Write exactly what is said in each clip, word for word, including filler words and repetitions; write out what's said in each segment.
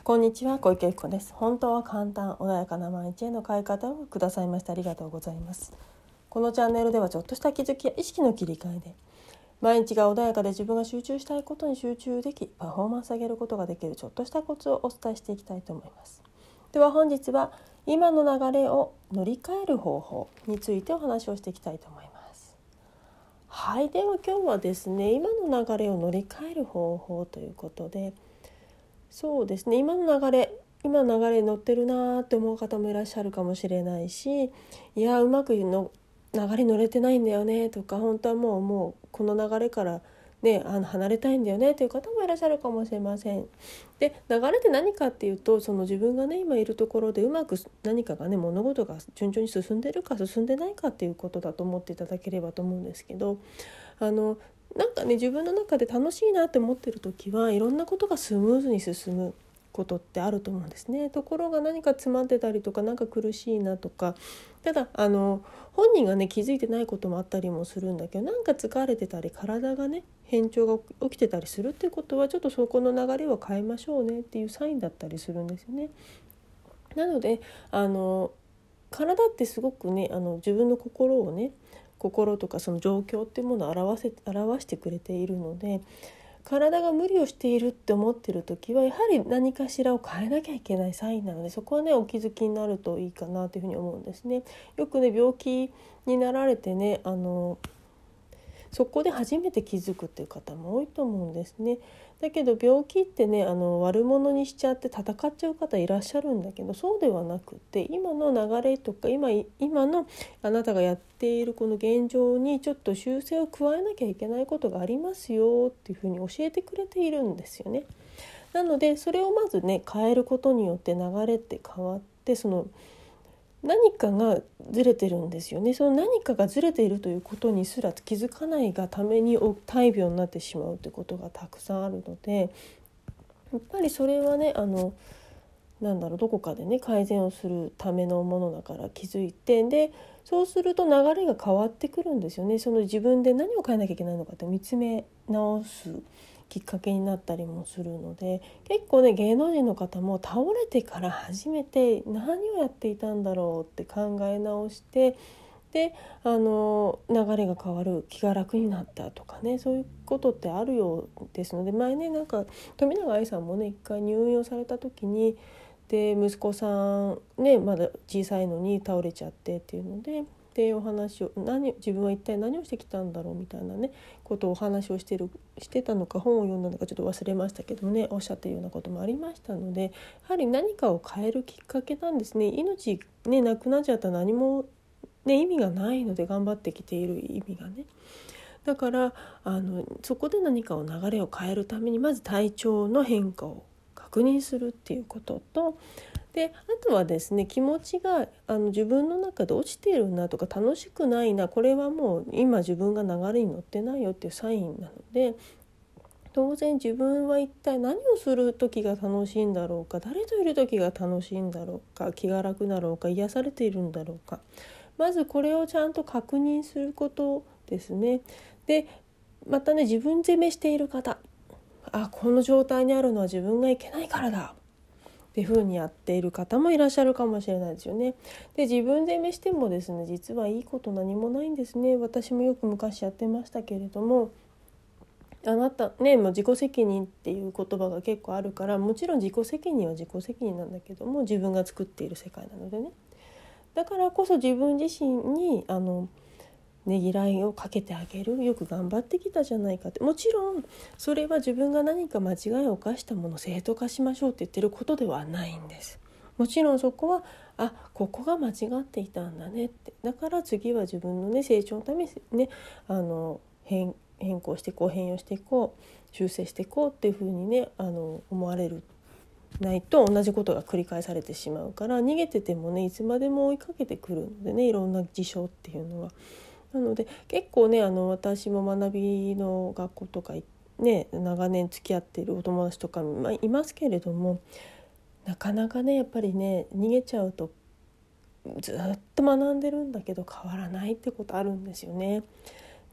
こんにちは、小池由紀子です。本当は簡単穏やかな毎日への変え方をくださいましてありがとうございます。このチャンネルではちょっとした気づきや意識の切り替えで毎日が穏やかで自分が集中したいことに集中できパフォーマンス上げることができるちょっとしたコツをお伝えしていきたいと思います。では本日は今の流れを乗り換える方法についてお話をしていきたいと思います。はい、では今日はですね、今の流れを乗り換える方法ということで、そうですね、今の流れ今の流れに乗ってるなって思う方もいらっしゃるかもしれないし、いやうまくの流れに乗れてないんだよねとか、本当はもうもうこの流れからねあの離れたいんだよねという方もいらっしゃるかもしれません。で、流れって何かっていうと、その自分がね今いるところでうまく何かがね物事が順調に進んでるか進んでないかっていうことだと思っていただければと思うんですけど、あのなんかね自分の中で楽しいなって思ってる時はいろんなことがスムーズに進むことってあると思うんですね。ところが何か詰まってたりとかなんか苦しいなとか、ただあの本人がね気づいてないこともあったりもするんだけど、なんか疲れてたり体がね変調が起きてたりするっていうことは、ちょっとそこの流れを変えましょうねっていうサインだったりするんですよね。なのであの体ってすごくねあの自分の心をね心とかその状況っていうものを表せ表してくれているので、体が無理をしているって思っている時はやはり何かしらを変えなきゃいけないサインなので、そこはねお気づきになるといいかなというふうに思うんですね。よくね病気になられてねあのそこで初めて気づくっていう方も多いと思うんですね。だけど病気ってねあの悪者にしちゃって戦っちゃう方いらっしゃるんだけど、そうではなくて今の流れとか 今, 今のあなたがやっているこの現状にちょっと修正を加えなきゃいけないことがありますよっていうふうに教えてくれているんですよね。なのでそれをまずね変えることによって流れって変わって、その何かがずれてるんですよね。その何かがずれているということにすら気づかないがために大病になってしまうということがたくさんあるので、やっぱりそれはねあのなんだろうどこかでね改善をするためのものだから気づいて、でそうすると流れが変わってくるんですよね。その自分で何を変えなきゃいけないのかって見つめ直すきっかけになったりもするので、結構ね芸能人の方も倒れてから初めて何をやっていたんだろうって考え直して、であの流れが変わる、気が楽になったとかね、そういうことってあるようですので、前ねなんか富永愛さんもね一回入院をされた時に、で息子さんねまだ小さいのに倒れちゃってっていうので、でお話を何自分は一体何をしてきたんだろうみたいなねことをお話をしてるしてたのか本を読んだのかちょっと忘れましたけどね、おっしゃってるようなこともありましたので、やはり何かを変えるきっかけなんですね。命ねなくなっちゃったら何もね意味がないので、頑張ってきている意味がね。だからあのそこで何かを流れを変えるためにまず体調の変化を確認するっていうことと、であとはですね気持ちがあの自分の中で落ちているなとか楽しくないな、これはもう今自分が流れに乗ってないよっていうサインなので、当然自分は一体何をする時が楽しいんだろうか、誰といる時が楽しいんだろうか、気が楽だろうか、癒されているんだろうか、まずこれをちゃんと確認することですね。でまたね自分責めしている方、あこの状態にあるのは自分がいけないからだっていう風にやっている方もいらっしゃるかもしれないですよね。で自分責めしてもですね実はいいこと何もないんですね。私もよく昔やってましたけれども、あなたねもう自己責任っていう言葉が結構あるから、もちろん自己責任は自己責任なんだけども、自分が作っている世界なのでね、だからこそ自分自身にあのねぎらいをかけてあげる、よく頑張ってきたじゃないかって。もちろんそれは自分が何か間違いを犯したものを正当化しましょうって言ってることではないんです。もちろんそこはあここが間違っていたんだねって、だから次は自分の、ね、成長のために、ね、あの 変, 変更していこう変容していこう修正していこうっていうふうにねあの思われるないと同じことが繰り返されてしまうから、逃げててもねいつまでも追いかけてくるのでね、いろんな事象っていうのは。なので結構ねあの私も学びの学校とかね長年付き合っているお友達とか、まあ、いますけれども、なかなかねやっぱりね逃げちゃうとずっと学んでるんだけど変わらないってことあるんですよね。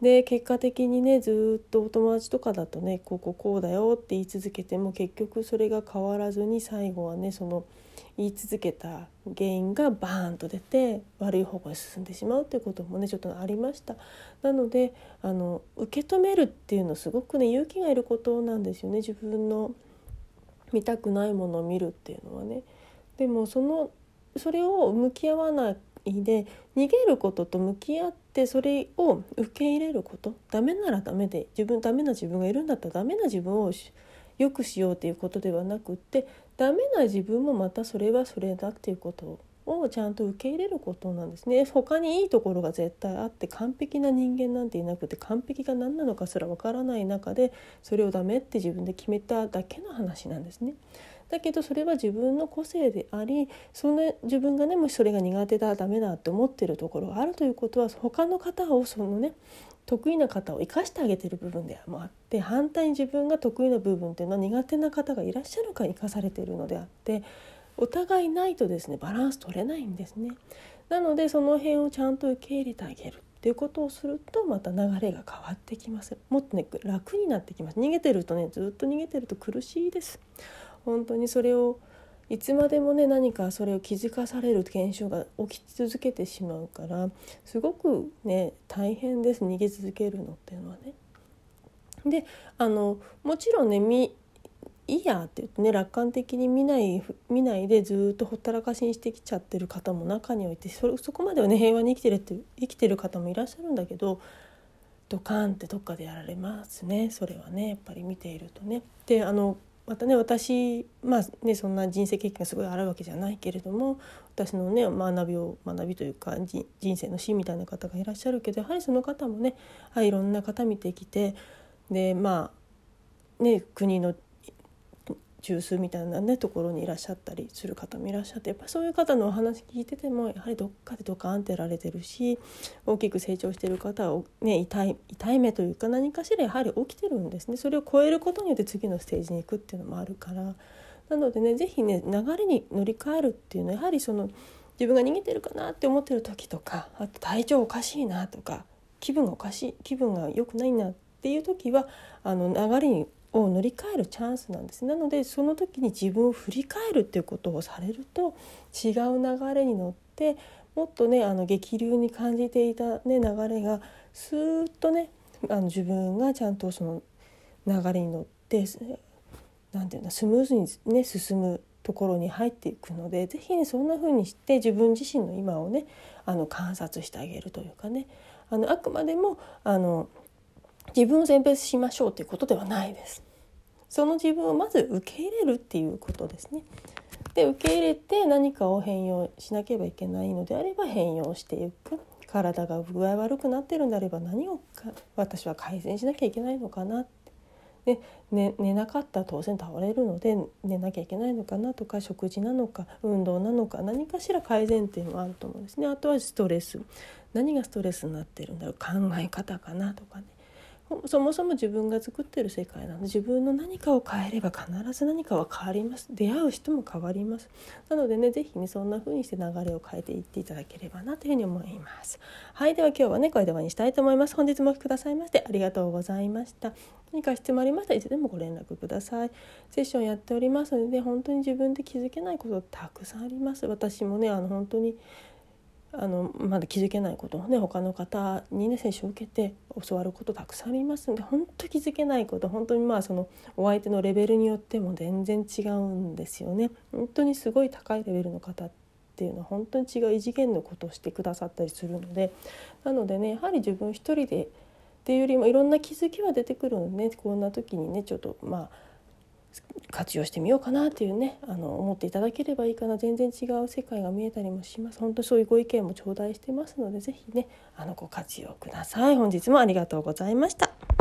で結果的にねずっとお友達とかだとねこうこうこうだよって言い続けても結局それが変わらずに最後はねその言い続けた原因がバーンと出て悪い方向に進んでしまうっていうこともねちょっとありました。なのであの受け止めるっていうのはすごくね勇気がいることなんですよね。自分の見たくないものを見るっていうのはね。でもそのそれを向き合わないで逃げることと向き合ってそれを受け入れること、ダメならダメで自分ダメな自分がいるんだったらダメな自分をよくしようということではなくって、ダメな自分もまたそれはそれだっていうことをちゃんと受け入れることなんですね。他にいいところが絶対あって完璧な人間なんていなくて、完璧が何なのかすらわからない中でそれをダメって自分で決めただけの話なんですね。だけどそれは自分の個性であり、その自分がねもしそれが苦手だダメだって思っているところがあるということは、他の方をそのね得意な方を生かしてあげている部分でもあって、反対に自分が得意な部分っていうのは苦手な方がいらっしゃるから生かされているのであって、お互いないとですねバランス取れないんですね。なのでその辺をちゃんと受け入れてあげるっていうことをするとまた流れが変わってきます。もっとね楽になってきます。逃げてるとねずっと逃げてると苦しいです。本当にそれをいつまでもね何かそれを気づかされる現象が起き続けてしまうから、すごくね大変です。逃げ続けるのっていうのはね。であのもちろんねみいいやって言ってね楽観的に見ない見ないでずっとほったらかしにしてきちゃってる方も中にはいて、そ, そこまではね平和に生きてるって生きてる方もいらっしゃるんだけど、ドカーンってどっかでやられますね。それはねやっぱり見ているとね。であのまたね私まあねそんな人生経験がすごいあるわけじゃないけれども、私のね学びを学びというか人生の師みたいな方がいらっしゃるけど、やはりその方もねいろんな方見てきて、でまあね国の中枢みたいなねところにいらっしゃったりする方もいらっしゃって、やっぱそういう方のお話聞いててもやはりどっかでドカーンってやられてるし、大きく成長している方は、ね、痛い痛い目というか何かしらやはり起きてるんですね。それを超えることによって次のステージに行くっていうのもあるから、なのでねぜひね流れに乗り換えるっていうのはやはりその自分が逃げてるかなって思ってる時とか、あと体調おかしいなとか気分がおかしい気分が良くないなっていう時はあの流れにを乗り換えるチャンスなんです。なのでその時に自分を振り返るっていうことをされると違う流れに乗って、もっとねあの激流に感じていた、ね、流れがスーッとねあの自分がちゃんとその流れに乗ってなんていうのスムーズに、ね、進むところに入っていくので、ぜひねそんな風にして自分自身の今をねあの観察してあげるというかね、あのあくまでもあの自分を選別しましょうということではないです。その自分をまず受け入れるっていうことですね。で受け入れて何かを変容しなければいけないのであれば変容していく。体が具合悪くなっているんであれば何を私は改善しなきゃいけないのかなって、で、ね、寝なかったら当然倒れるので寝なきゃいけないのかなとか、食事なのか運動なのか何かしら改善っていうのはあると思うんですね。あとはストレス、何がストレスになっているんだろう、考え方かなとかね。そもそも自分が作ってる世界なので、自分の何かを変えれば必ず何かは変わります。出会う人も変わります。なのでねぜひねそんな風にして流れを変えていっていただければなというふうに思います。はい、では今日はねこれで終わりにしたいと思います。本日もお聞きくださいましてありがとうございました。何か質問ありましたらいつでもご連絡ください。セッションやっておりますので、本当に自分で気づけないことたくさんあります。私もねあの本当にあのまだ気づけないことをね他の方にねセッションを受けて教わることたくさんありますので、本当気づけないこと、本当にまあそのお相手のレベルによっても全然違うんですよね。本当にすごい高いレベルの方っていうのは本当に違う異次元のことをしてくださったりするので、なのでねやはり自分一人でっていうよりもいろんな気づきは出てくるので、ね、こんな時にねちょっとまあ活用してみようかなっていうねあの思っていただければいいかな。全然違う世界が見えたりもします。本当にそういうご意見も頂戴してますので、ぜひねあのご活用ください。本日もありがとうございました。